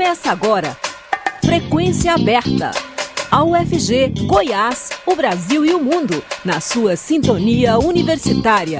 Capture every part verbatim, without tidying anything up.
Começa agora. Frequência Aberta. A U F G, Goiás, o Brasil e o mundo, na sua sintonia universitária.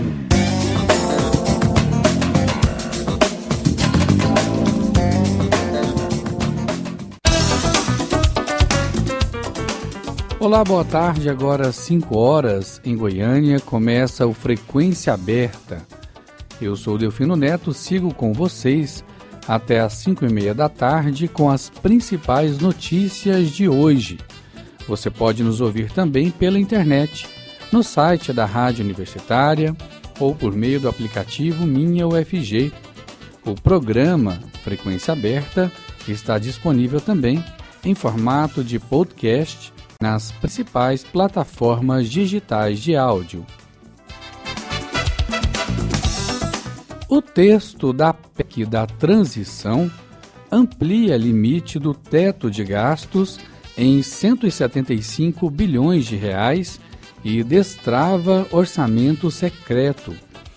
Olá, boa tarde. Agora às cinco horas em Goiânia começa o Frequência Aberta. Eu sou o Delfino Neto, sigo com vocês até às cinco e meia da tarde com as principais notícias de hoje. Você pode nos ouvir também pela internet, no site da Rádio Universitária ou por meio do aplicativo Minha U F G. O programa Frequência Aberta está disponível também em formato de podcast nas principais plataformas digitais de áudio. O texto da P E C da transição amplia limite do teto de gastos em cento e setenta e cinco bilhões de reais e destrava orçamento secreto.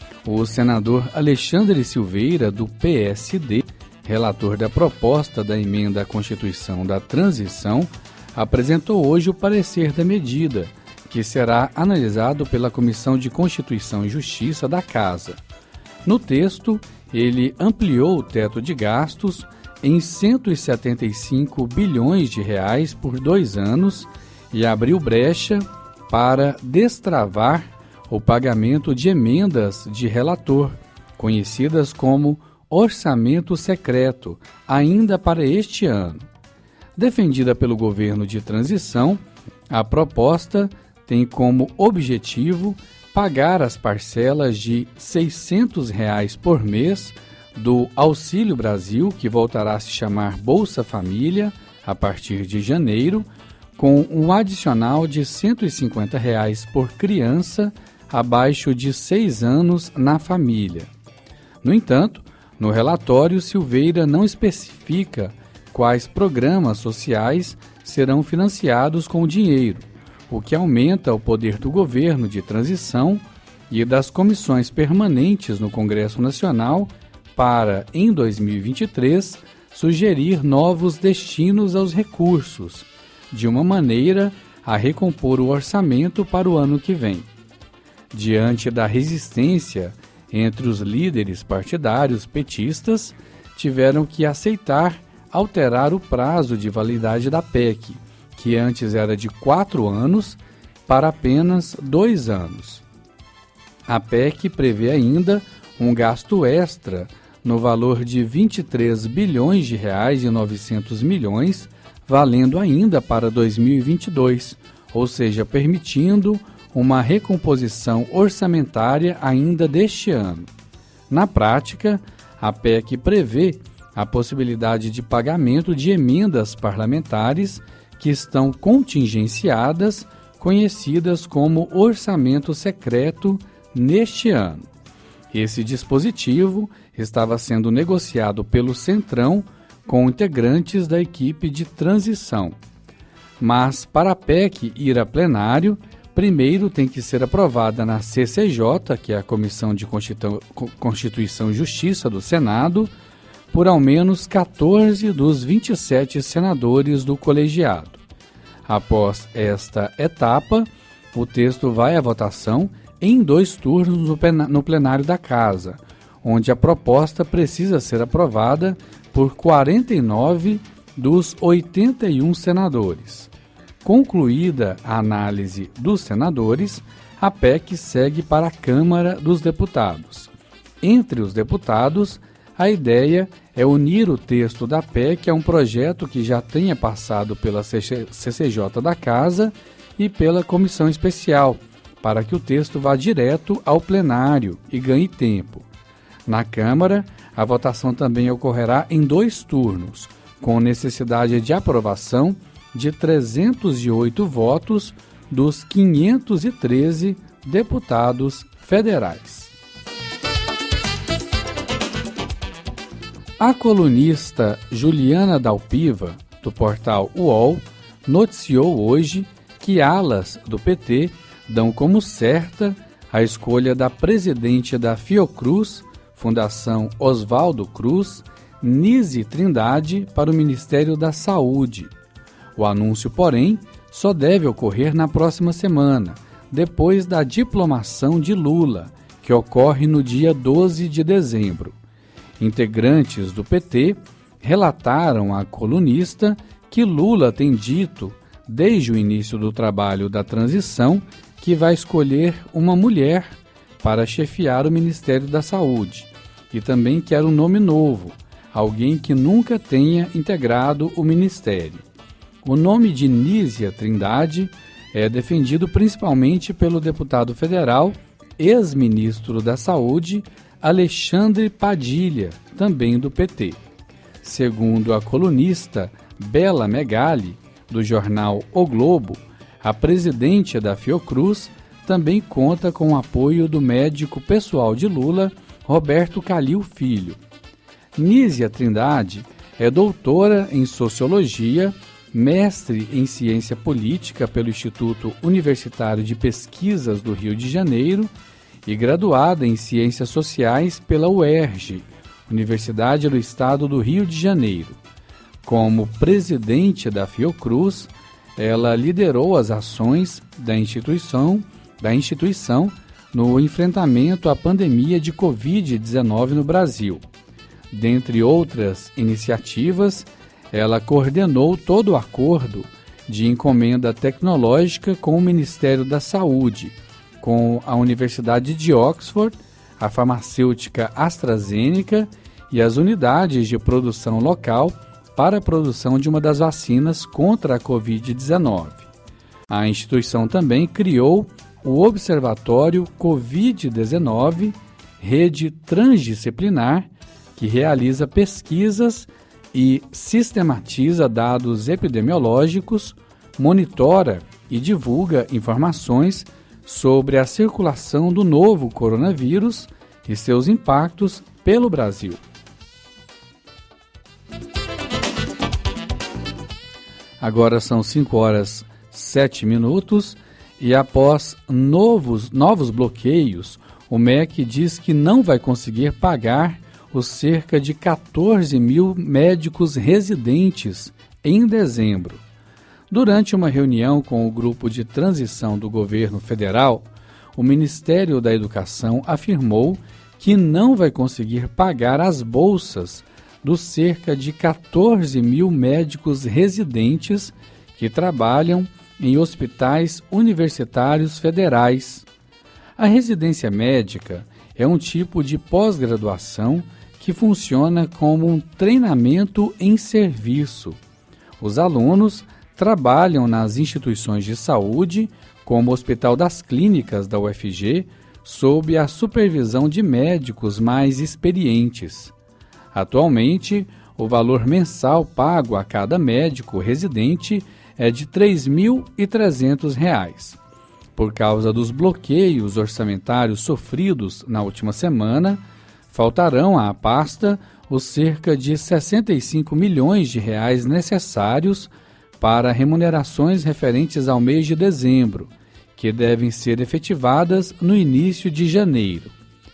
O senador Alexandre Silveira, do P S D, relator da proposta da emenda à Constituição da Transição, apresentou hoje o parecer da medida, que será analisado pela Comissão de Constituição e Justiça da Casa. No texto, ele ampliou o teto de gastos em cento e setenta e cinco bilhões de reais por dois anos e abriu brecha para destravar o pagamento de emendas de relator, conhecidas como orçamento secreto, ainda para este ano. Defendida pelo governo de transição, a proposta tem como objetivo pagar as parcelas de seiscentos reais por mês do Auxílio Brasil, que voltará a se chamar Bolsa Família a partir de janeiro, com um adicional de cento e cinquenta reais por criança abaixo de seis anos na família. No entanto, no relatório, Silveira não especifica quais programas sociais serão financiados com o dinheiro, o que aumenta o poder do governo de transição e das comissões permanentes no Congresso Nacional para, em dois mil e vinte e três, sugerir novos destinos aos recursos, de uma maneira a recompor o orçamento para o ano que vem. Diante da resistência entre os líderes partidários petistas, tiveram que aceitar alterar o prazo de validade da P E C, que antes era de quatro anos, para apenas dois anos. A P E C prevê ainda um gasto extra no valor de vinte e três bilhões de reais e novecentos milhões, valendo ainda para dois mil e vinte e dois, ou seja, permitindo uma recomposição orçamentária ainda deste ano. Na prática, a P E C prevê a possibilidade de pagamento de emendas parlamentares que estão contingenciadas, conhecidas como orçamento secreto, neste ano. Esse dispositivo estava sendo negociado pelo Centrão com integrantes da equipe de transição. Mas, para a P E C ir a plenário, primeiro tem que ser aprovada na C C J, que é a Comissão de Constituição e Justiça do Senado, por ao menos quatorze dos vinte e sete senadores do colegiado. Após esta etapa, o texto vai à votação em dois turnos no plenário da Casa, onde a proposta precisa ser aprovada por quarenta e nove dos oitenta e um senadores. Concluída a análise dos senadores, a P E C segue para a Câmara dos Deputados. Entre os deputados, a ideia é unir o texto da P E C a um projeto que já tenha passado pela C C J da Casa e pela Comissão Especial, para que o texto vá direto ao plenário e ganhe tempo. Na Câmara, a votação também ocorrerá em dois turnos, com necessidade de aprovação de trezentos e oito votos dos quinhentos e treze deputados federais. A colunista Juliana Dalpiva, do portal U O L, noticiou hoje que alas do P T dão como certa a escolha da presidente da Fiocruz, Fundação Oswaldo Cruz, Nise Trindade para o Ministério da Saúde. O anúncio, porém, só deve ocorrer na próxima semana, depois da diplomação de Lula, que ocorre no dia doze de dezembro. Integrantes do P T relataram à colunista que Lula tem dito, desde o início do trabalho da transição, que vai escolher uma mulher para chefiar o Ministério da Saúde e também quer um nome novo, alguém que nunca tenha integrado o Ministério. O nome de Nízia Trindade é defendido principalmente pelo deputado federal, ex-ministro da Saúde, Alexandre Padilha, também do P T. Segundo a colunista Bela Megali, do jornal O Globo, a presidente da Fiocruz também conta com o apoio do médico pessoal de Lula, Roberto Calil Filho. Nízia Trindade é doutora em Sociologia, mestre em Ciência Política pelo Instituto Universitário de Pesquisas do Rio de Janeiro e graduada em Ciências Sociais pela U E R J, Universidade do Estado do Rio de Janeiro. Como presidente da Fiocruz, ela liderou as ações da instituição, da instituição no enfrentamento à pandemia de covid dezenove no Brasil. Dentre outras iniciativas, ela coordenou todo o acordo de encomenda tecnológica com o Ministério da Saúde, com a Universidade de Oxford, a farmacêutica AstraZeneca e as unidades de produção local para a produção de uma das vacinas contra a covid dezenove. A instituição também criou o Observatório covid dezenove, rede transdisciplinar, que realiza pesquisas e sistematiza dados epidemiológicos, monitora e divulga informações sobre a circulação do novo coronavírus e seus impactos pelo Brasil. Agora são cinco horas e sete minutos e após novos, novos bloqueios, o M E C diz que não vai conseguir pagar os cerca de quatorze mil médicos residentes em dezembro. Durante uma reunião com o grupo de transição do governo federal, o Ministério da Educação afirmou que não vai conseguir pagar as bolsas dos cerca de quatorze mil médicos residentes que trabalham em hospitais universitários federais. A residência médica é um tipo de pós-graduação que funciona como um treinamento em serviço. Os alunos trabalham nas instituições de saúde, como o Hospital das Clínicas da U F G, sob a supervisão de médicos mais experientes. Atualmente, o valor mensal pago a cada médico residente é de três mil e trezentos reais. Por causa dos bloqueios orçamentários sofridos na última semana, faltarão à pasta os cerca de sessenta e cinco milhões de reais necessários para remunerações referentes ao mês de dezembro, que devem ser efetivadas no início de janeiro.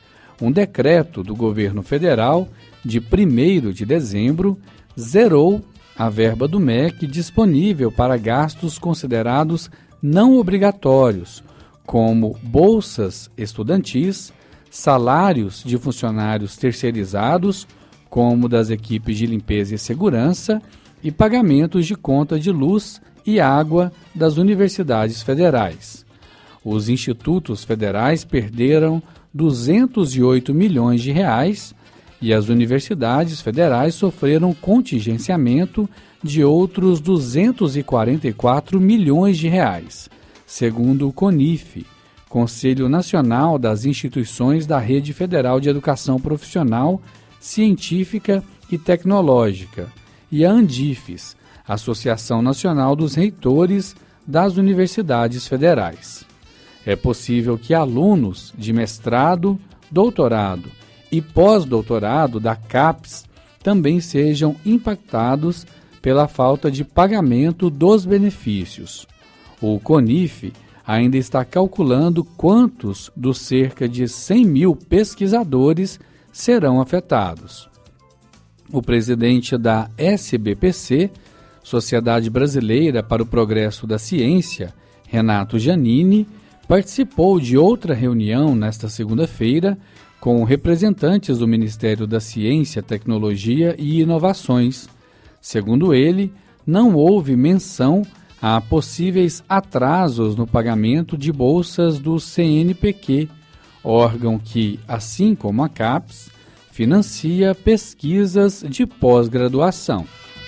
Um decreto do governo federal de primeiro de dezembro zerou a verba do M E C disponível para gastos considerados não obrigatórios, como bolsas estudantis, salários de funcionários terceirizados, como das equipes de limpeza e segurança, e pagamentos de conta de luz e água das universidades federais. Os institutos federais perderam duzentos e oito milhões de reais e as universidades federais sofreram contingenciamento de outros duzentos e quarenta e quatro milhões de reais, segundo o CONIF, Conselho Nacional das Instituições da Rede Federal de Educação Profissional, Científica e Tecnológica, e a ANDIFES, Associação Nacional dos Reitores das Universidades Federais. É possível que alunos de mestrado, doutorado e pós-doutorado da CAPES também sejam impactados pela falta de pagamento dos benefícios. O CONIF ainda está calculando quantos dos cerca de cem mil pesquisadores serão afetados. O presidente da S B P C, Sociedade Brasileira para o Progresso da Ciência, Renato Giannini, participou de outra reunião nesta segunda-feira com representantes do Ministério da Ciência, Tecnologia e Inovações. Segundo ele, não houve menção a possíveis atrasos no pagamento de bolsas do C N P Q, órgão que, assim como a CAPES, financia pesquisas de pós-graduação.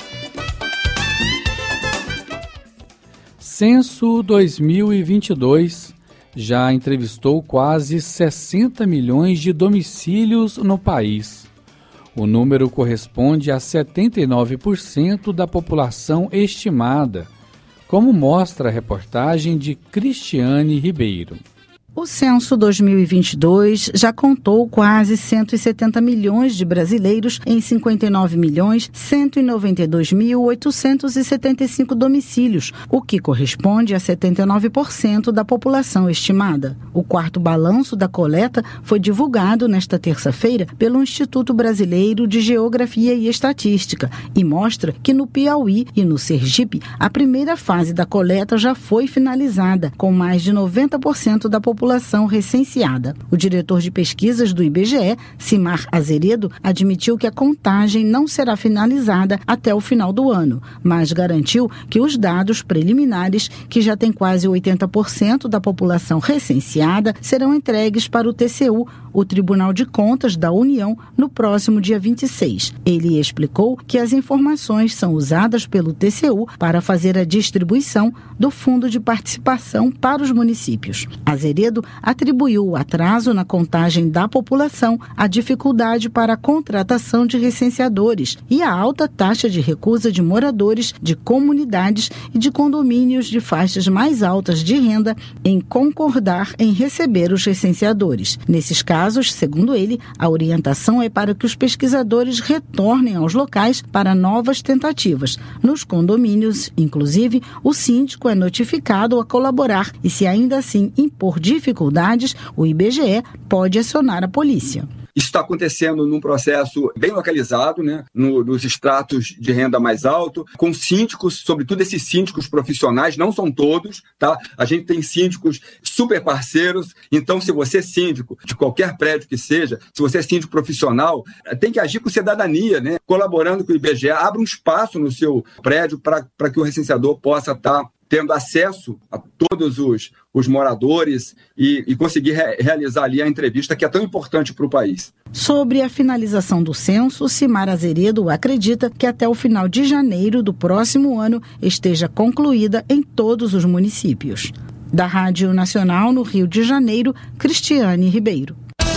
Censo dois mil e vinte e dois já entrevistou quase sessenta milhões de domicílios no país. O número corresponde a setenta e nove por cento da população estimada, como mostra a reportagem de Cristiane Ribeiro. O Censo dois mil e vinte e dois já contou quase cento e setenta milhões de brasileiros em cinquenta e nove milhões cento e noventa e dois mil oitocentos e setenta e cinco domicílios, o que corresponde a setenta e nove por cento da população estimada. O quarto balanço da coleta foi divulgado nesta terça-feira pelo Instituto Brasileiro de Geografia e Estatística e mostra que no Piauí e no Sergipe a primeira fase da coleta já foi finalizada, com mais de noventa por cento da população população recenseada. O diretor de pesquisas do I B G E, Simar Azeredo, admitiu que a contagem não será finalizada até o final do ano, mas garantiu que os dados preliminares, que já tem quase oitenta por cento da população recenseada, serão entregues para o T C U, o Tribunal de Contas da União, no próximo dia vinte e seis. Ele explicou que as informações são usadas pelo T C U para fazer a distribuição do Fundo de Participação para os municípios. Azeredo atribuiu o atraso na contagem da população à dificuldade para a contratação de recenseadores e à alta taxa de recusa de moradores de comunidades e de condomínios de faixas mais altas de renda em concordar em receber os recenseadores. Nesses casos, segundo ele, a orientação é para que os pesquisadores retornem aos locais para novas tentativas. Nos condomínios, inclusive, o síndico é notificado a colaborar e, se ainda assim impor dificuldades, o I B G E pode acionar a polícia. Isso está acontecendo num processo bem localizado, né? No, nos estratos de renda mais alto, com síndicos, sobretudo esses síndicos profissionais, não são todos, tá? A gente tem síndicos super parceiros, então se você é síndico de qualquer prédio que seja, se você é síndico profissional, tem que agir com cidadania, né? Colaborando com o I B G E, abra um espaço no seu prédio para que o recenseador possa estar tendo acesso a todos os, os moradores e, e conseguir re- realizar ali a entrevista que é tão importante para o país. Sobre a finalização do censo, Simar Azeredo acredita que até o final de janeiro do próximo ano esteja concluída em todos os municípios. Da Rádio Nacional no Rio de Janeiro, Cristiane Ribeiro.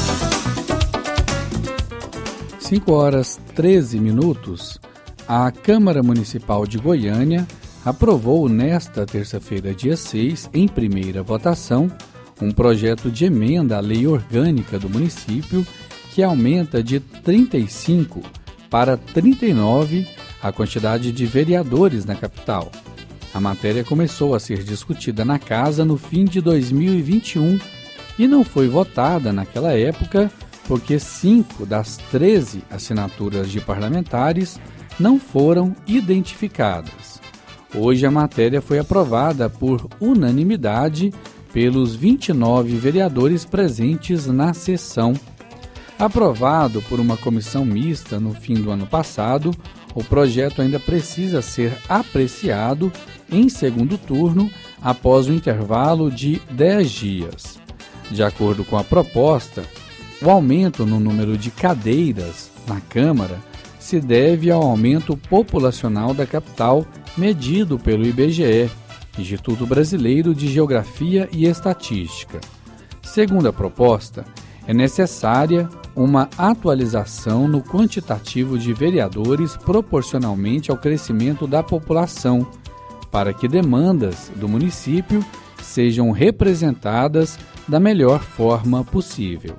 cinco horas e treze minutos. A Câmara Municipal de Goiânia aprovou nesta terça-feira, dia seis, em primeira votação, um projeto de emenda à lei orgânica do município que aumenta de trinta e cinco para trinta e nove a quantidade de vereadores na capital. A matéria começou a ser discutida na Casa no fim de dois mil e vinte e um e não foi votada naquela época porque cinco das treze assinaturas de parlamentares não foram identificadas. Hoje a matéria foi aprovada por unanimidade pelos vinte e nove vereadores presentes na sessão. Aprovado por uma comissão mista no fim do ano passado, o projeto ainda precisa ser apreciado em segundo turno após o intervalo de dez dias. De acordo com a proposta, o aumento no número de cadeiras na Câmara se deve ao aumento populacional da capital medido pelo I B G E, Instituto Brasileiro de Geografia e Estatística. Segundo a proposta, é necessária uma atualização no quantitativo de vereadores proporcionalmente ao crescimento da população, para que demandas do município sejam representadas da melhor forma possível.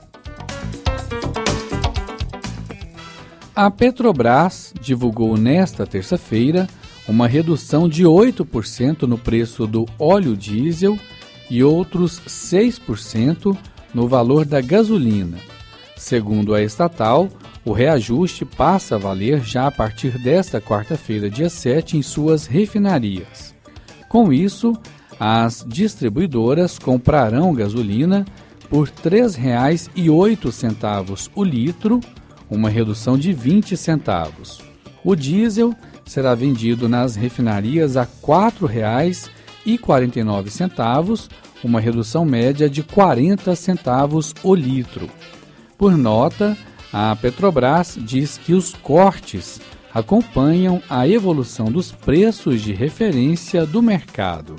A Petrobras divulgou nesta terça-feira uma redução de oito por cento no preço do óleo diesel e outros seis por cento no valor da gasolina. Segundo a estatal, o reajuste passa a valer já a partir desta quarta-feira, dia sete, em suas refinarias. Com isso, as distribuidoras comprarão gasolina por três reais e oito centavos o litro, uma redução de vinte centavos. O diesel será vendido nas refinarias a quatro reais e quarenta e nove centavos, uma redução média de quarenta centavos o litro. Por nota, a Petrobras diz que os cortes acompanham a evolução dos preços de referência do mercado.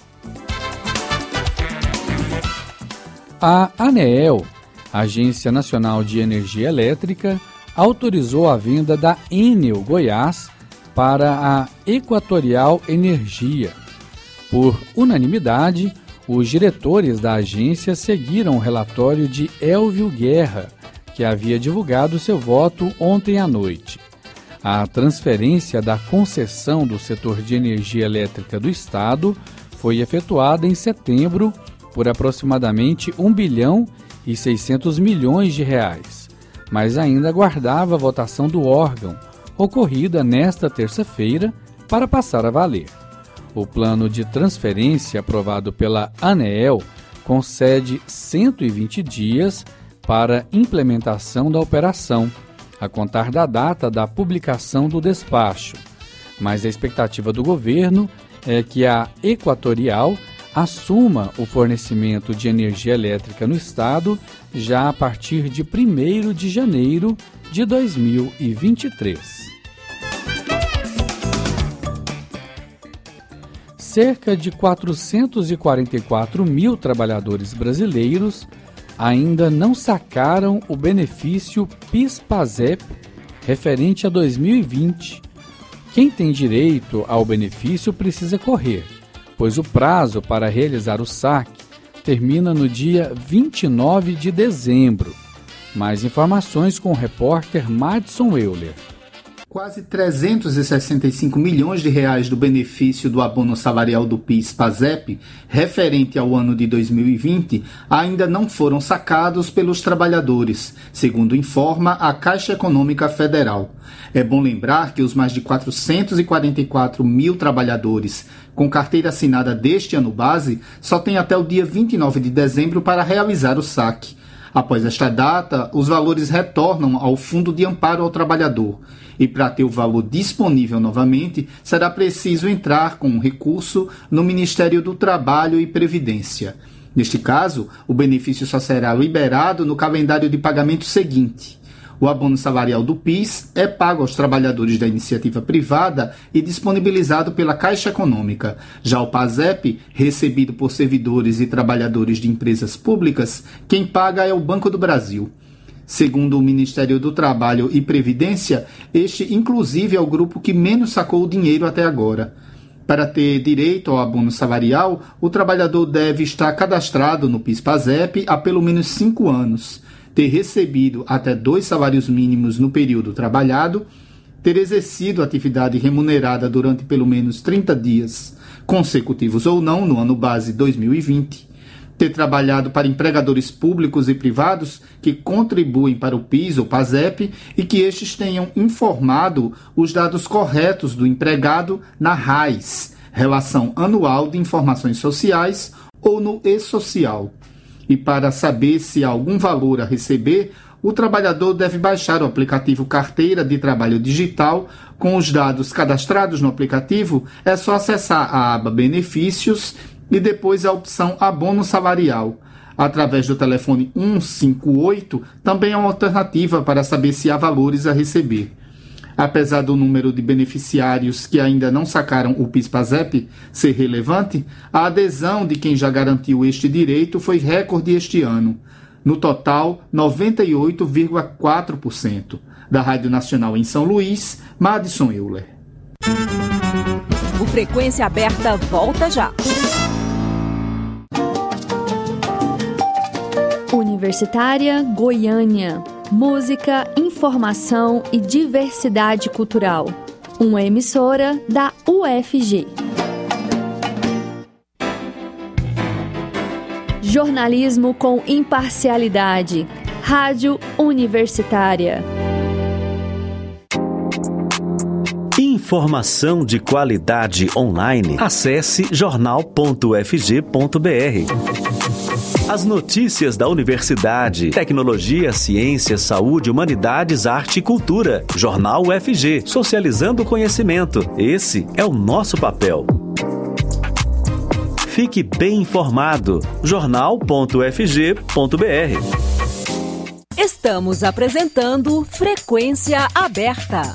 A ANEEL, Agência Nacional de Energia Elétrica, autorizou a venda da Enel Goiás para a Equatorial Energia. Por unanimidade, os diretores da agência seguiram o relatório de Elvio Guerra, que havia divulgado seu voto ontem à noite. A transferência da concessão do setor de energia elétrica do Estado foi efetuada em setembro por aproximadamente um bilhão e seiscentos milhões de reais, mas ainda aguardava a votação do órgão, ocorrida nesta terça-feira, para passar a valer. O plano de transferência aprovado pela ANEEL concede cento e vinte dias para implementação da operação, a contar da data da publicação do despacho. Mas a expectativa do governo é que a Equatorial assuma o fornecimento de energia elétrica no estado já a partir de primeiro de janeiro de dois mil e vinte e três. Cerca de quatrocentos e quarenta e quatro mil trabalhadores brasileiros ainda não sacaram o benefício PIS/PASEP referente a dois mil e vinte. Quem tem direito ao benefício precisa correr, pois o prazo para realizar o saque termina no dia vinte e nove de dezembro. Mais informações com o repórter Madison Euler. Quase trezentos e sessenta e cinco milhões de reais do benefício do abono salarial do PIS/PASEP, referente ao ano de dois mil e vinte, ainda não foram sacados pelos trabalhadores, segundo informa a Caixa Econômica Federal. É bom lembrar que os mais de quatrocentos e quarenta e quatro mil trabalhadores com carteira assinada deste ano base só têm até o dia vinte e nove de dezembro para realizar o saque. Após esta data, os valores retornam ao Fundo de Amparo ao Trabalhador. E para ter o valor disponível novamente, será preciso entrar com um recurso no Ministério do Trabalho e Previdência. Neste caso, o benefício só será liberado no calendário de pagamento seguinte. O abono salarial do PIS é pago aos trabalhadores da iniciativa privada e disponibilizado pela Caixa Econômica. Já o PASEP, recebido por servidores e trabalhadores de empresas públicas, quem paga é o Banco do Brasil. Segundo o Ministério do Trabalho e Previdência, este inclusive é o grupo que menos sacou o dinheiro até agora. Para ter direito ao abono salarial, o trabalhador deve estar cadastrado no PIS/PASEP há pelo menos cinco anos, ter recebido até dois salários mínimos no período trabalhado, ter exercido atividade remunerada durante pelo menos trinta dias, consecutivos ou não, no ano base dois mil e vinte, ter trabalhado para empregadores públicos e privados que contribuem para o PIS ou PASEP e que estes tenham informado os dados corretos do empregado na RAIS, Relação Anual de Informações Sociais, ou no E-Social. E para saber se há algum valor a receber, o trabalhador deve baixar o aplicativo Carteira de Trabalho Digital. Com os dados cadastrados no aplicativo, é só acessar a aba Benefícios e depois a opção Abono Salarial. Através do telefone cento e cinquenta e oito, também é uma alternativa para saber se há valores a receber. Apesar do número de beneficiários que ainda não sacaram o PIS/PASEP ser relevante, a adesão de quem já garantiu este direito foi recorde este ano. No total, noventa e oito vírgula quatro por cento. Da Rádio Nacional em São Luís, Madison Euler. O Frequência Aberta volta já. Universitária Goiânia. Música, informação e diversidade cultural. Uma emissora da U F G. Jornalismo com imparcialidade. Rádio Universitária. Informação de qualidade online. Acesse jornal ponto u f g ponto b r. As notícias da universidade, tecnologia, ciência, saúde, humanidades, arte e cultura. Jornal U F G, socializando o conhecimento. Esse é o nosso papel. Fique bem informado. jornal ponto u f g ponto b r. Estamos apresentando Frequência Aberta.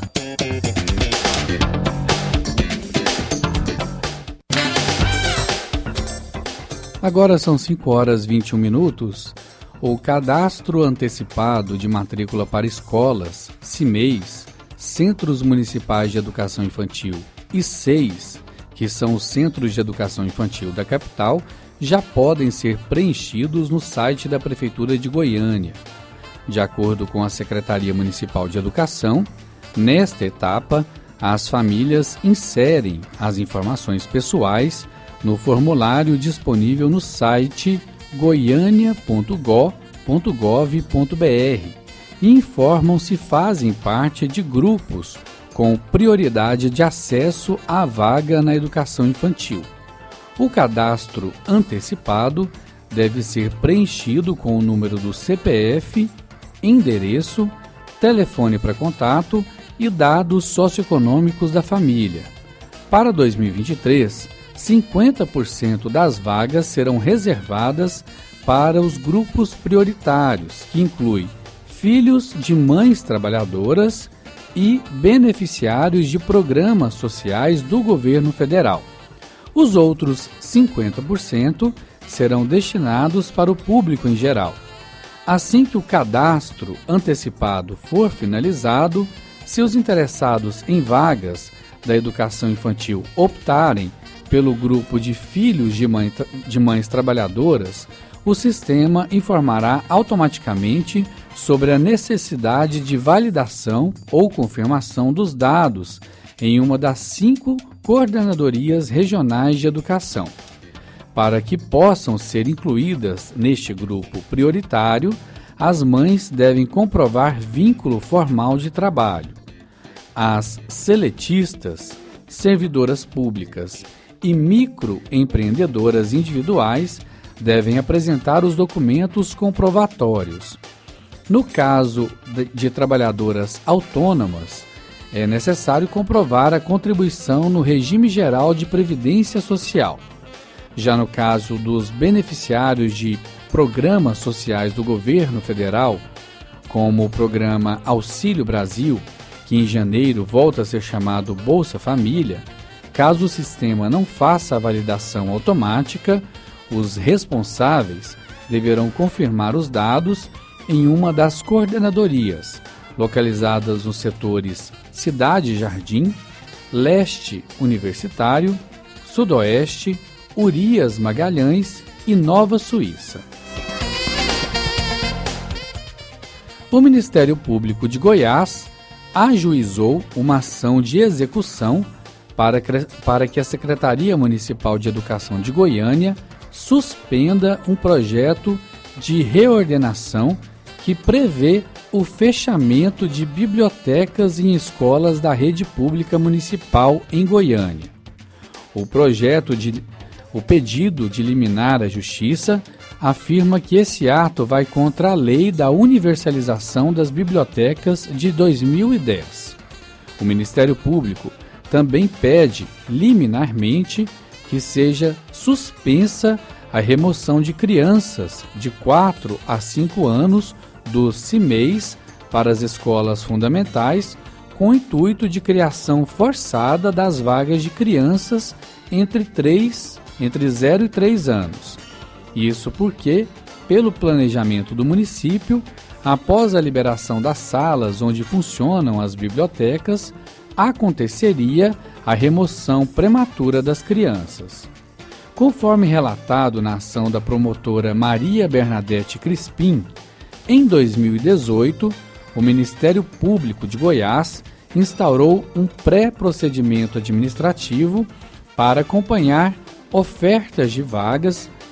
Agora são cinco horas e vinte e um minutos. O Cadastro Antecipado de Matrícula para Escolas, CIMEIs, Centros Municipais de Educação Infantil e C E I S, que são os Centros de Educação Infantil da capital, já podem ser preenchidos no site da Prefeitura de Goiânia. De acordo com a Secretaria Municipal de Educação, nesta etapa, as famílias inserem as informações pessoais no formulário disponível no site goiania ponto go ponto gov ponto b r e informam se fazem parte de grupos com prioridade de acesso à vaga na educação infantil. O cadastro antecipado deve ser preenchido com o número do C P F, endereço, telefone para contato e dados socioeconômicos da família. Para dois mil e vinte e três, cinquenta por cento das vagas serão reservadas para os grupos prioritários, que incluem filhos de mães trabalhadoras e beneficiários de programas sociais do governo federal. Os outros cinquenta por cento serão destinados para o público em geral. Assim que o cadastro antecipado for finalizado, se os interessados em vagas da educação infantil optarem pelo grupo de filhos de, mãe, de mães trabalhadoras, o sistema informará automaticamente sobre a necessidade de validação ou confirmação dos dados em uma das cinco coordenadorias regionais de educação. Para que possam ser incluídas neste grupo prioritário, as mães devem comprovar vínculo formal de trabalho. As seletistas, servidoras públicas e microempreendedoras individuais devem apresentar os documentos comprovatórios. No caso de, de trabalhadoras autônomas, é necessário comprovar a contribuição no regime geral de previdência social. Já no caso dos beneficiários de programas sociais do governo federal, como o programa Auxílio Brasil, que em janeiro volta a ser chamado Bolsa Família, caso o sistema não faça a validação automática, os responsáveis deverão confirmar os dados em uma das coordenadorias, localizadas nos setores Cidade Jardim, Leste Universitário, Sudoeste, Urias Magalhães e Nova Suíça. O Ministério Público de Goiás ajuizou uma ação de execução para, para que a Secretaria Municipal de Educação de Goiânia suspenda um projeto de reordenação que prevê o fechamento de bibliotecas em escolas da rede pública municipal em Goiânia. O projeto de o pedido de liminar à Justiça afirma que esse ato vai contra a Lei da Universalização das Bibliotecas de dois mil e dez. O Ministério Público também pede liminarmente que seja suspensa a remoção de crianças de quatro a cinco anos dos CIMEIs para as escolas fundamentais, com o intuito de criação forçada das vagas de crianças entre, três, entre zero e três anos. Isso porque, pelo planejamento do município, após a liberação das salas onde funcionam as bibliotecas, aconteceria a remoção prematura das crianças. Conforme relatado na ação da promotora Maria Bernadette Crispim, em dois mil e dezoito, o Ministério Público de Goiás instaurou um pré-procedimento administrativo para acompanhar ofertas de vagas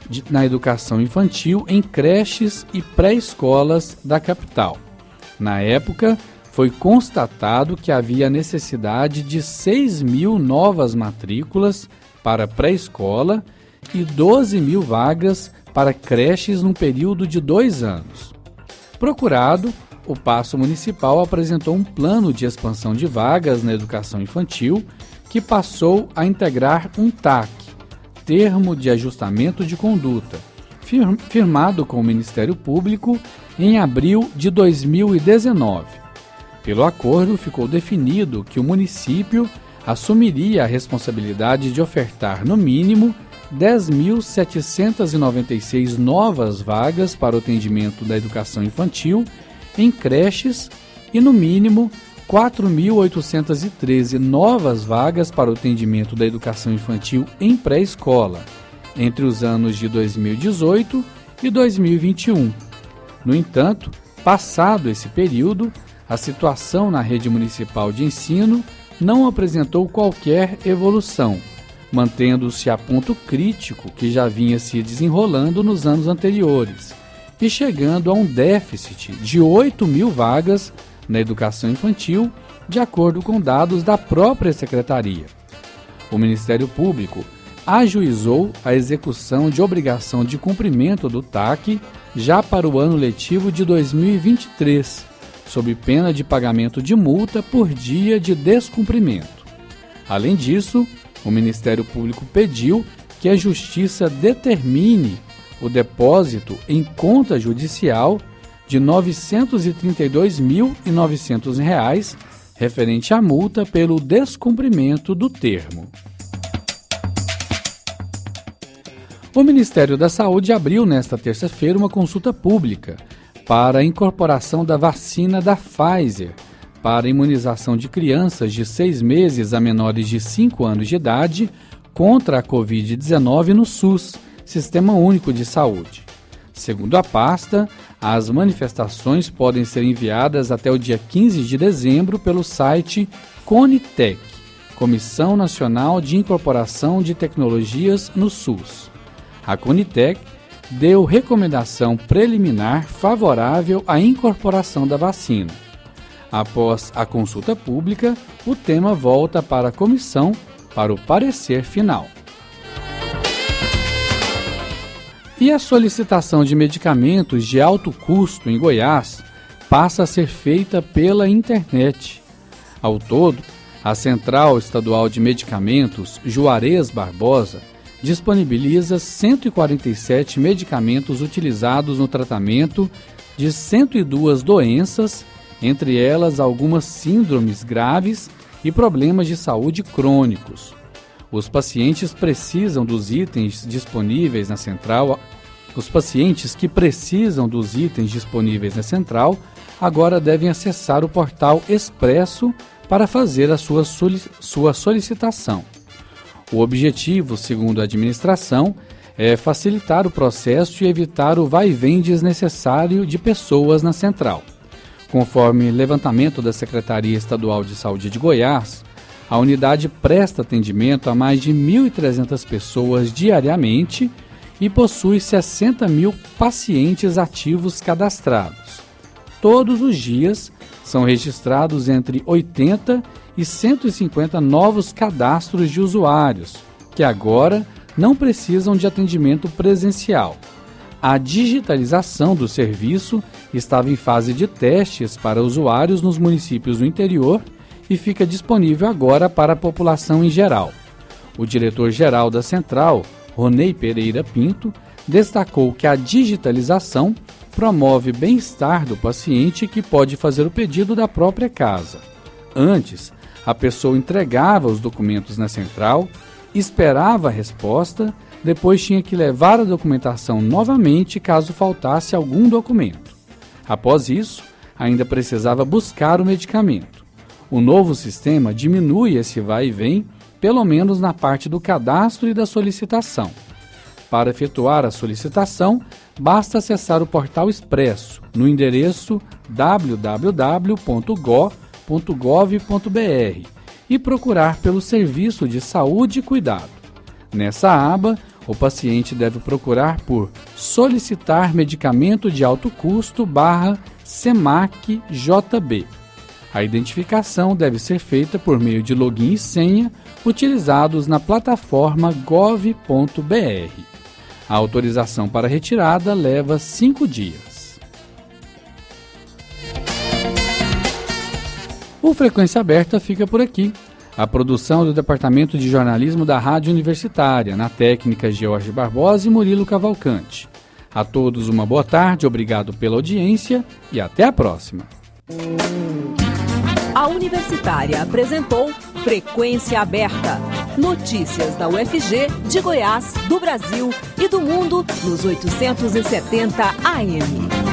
de, na educação infantil em creches e pré-escolas da capital. Na época, foi constatado que havia necessidade de seis mil novas matrículas para pré-escola e doze mil vagas para creches num período de dois anos. Procurado, o Paço Municipal apresentou um plano de expansão de vagas na educação infantil que passou a integrar um T A C, Termo de Ajustamento de Conduta, fir- firmado com o Ministério Público em abril de dois mil e dezenove. Pelo acordo, ficou definido que o município assumiria a responsabilidade de ofertar, no mínimo, dez mil setecentas e noventa e seis novas vagas para o atendimento da educação infantil em creches e, no mínimo, quatro mil oitocentas e treze novas vagas para o atendimento da educação infantil em pré-escola, entre os anos de dois mil e dezoito e dois mil e vinte e um. No entanto, passado esse período, a situação na rede municipal de ensino não apresentou qualquer evolução, mantendo-se a ponto crítico que já vinha se desenrolando nos anos anteriores e chegando a um déficit de oito mil vagas na educação infantil, de acordo com dados da própria Secretaria. O Ministério Público ajuizou a execução de obrigação de cumprimento do T A C já para o ano letivo de dois mil e vinte e três, sob pena de pagamento de multa por dia de descumprimento. Além disso, o Ministério Público pediu que a Justiça determine o depósito em conta judicial de novecentos e trinta e dois mil e novecentos reais, referente à multa pelo descumprimento do termo. O Ministério da Saúde abriu nesta terça-feira uma consulta pública para a incorporação da vacina da Pfizer para a imunização de crianças de seis meses a menores de cinco anos de idade contra a covid dezenove no SUS, Sistema Único de Saúde. Segundo a pasta, as manifestações podem ser enviadas até o dia quinze de dezembro pelo site Conitec, Comissão Nacional de Incorporação de Tecnologias no SUS. A Conitec deu recomendação preliminar favorável à incorporação da vacina. Após a consulta pública, o tema volta para a comissão para o parecer final. E a solicitação de medicamentos de alto custo em Goiás passa a ser feita pela internet. Ao todo, a Central Estadual de Medicamentos Juarez Barbosa disponibiliza cento e quarenta e sete medicamentos utilizados no tratamento de cento e duas doenças, entre elas algumas síndromes graves e problemas de saúde crônicos. Os pacientes precisam dos itens disponíveis na central. Os pacientes que precisam dos itens disponíveis na central agora devem acessar o portal Expresso para fazer a sua, sua solicitação. O objetivo, segundo a administração, é facilitar o processo e evitar o vai e vem desnecessário de pessoas na central. Conforme levantamento da Secretaria Estadual de Saúde de Goiás, a unidade presta atendimento a mais de mil e trezentas pessoas diariamente e possui sessenta mil pacientes ativos cadastrados. Todos os dias são registrados entre oitenta e cento e cinquenta novos cadastros de usuários, que agora não precisam de atendimento presencial. A digitalização do serviço estava em fase de testes para usuários nos municípios do interior e fica disponível agora para a população em geral. O diretor-geral da Central, Ronei Pereira Pinto, destacou que a digitalização promove bem-estar do paciente que pode fazer o pedido da própria casa. Antes, a pessoa entregava os documentos na central, esperava a resposta, depois tinha que levar a documentação novamente caso faltasse algum documento. Após isso, ainda precisava buscar o medicamento. O novo sistema diminui esse vai e vem, pelo menos na parte do cadastro e da solicitação. Para efetuar a solicitação, basta acessar o portal Expresso no endereço w w w ponto go ponto gov ponto b r e procurar pelo Serviço de Saúde e Cuidado. Nessa aba, o paciente deve procurar por solicitar medicamento de alto custo barra SEMAC-J B. A identificação deve ser feita por meio de login e senha utilizados na plataforma gov ponto br. A autorização para retirada leva cinco dias. O Frequência Aberta fica por aqui. A produção do Departamento de Jornalismo da Rádio Universitária, na técnica George Barbosa e Murilo Cavalcante. A todos uma boa tarde, obrigado pela audiência e até a próxima. A Universitária apresentou Frequência Aberta. Notícias da U F G, de Goiás, do Brasil e do mundo nos oitocentos e setenta A M.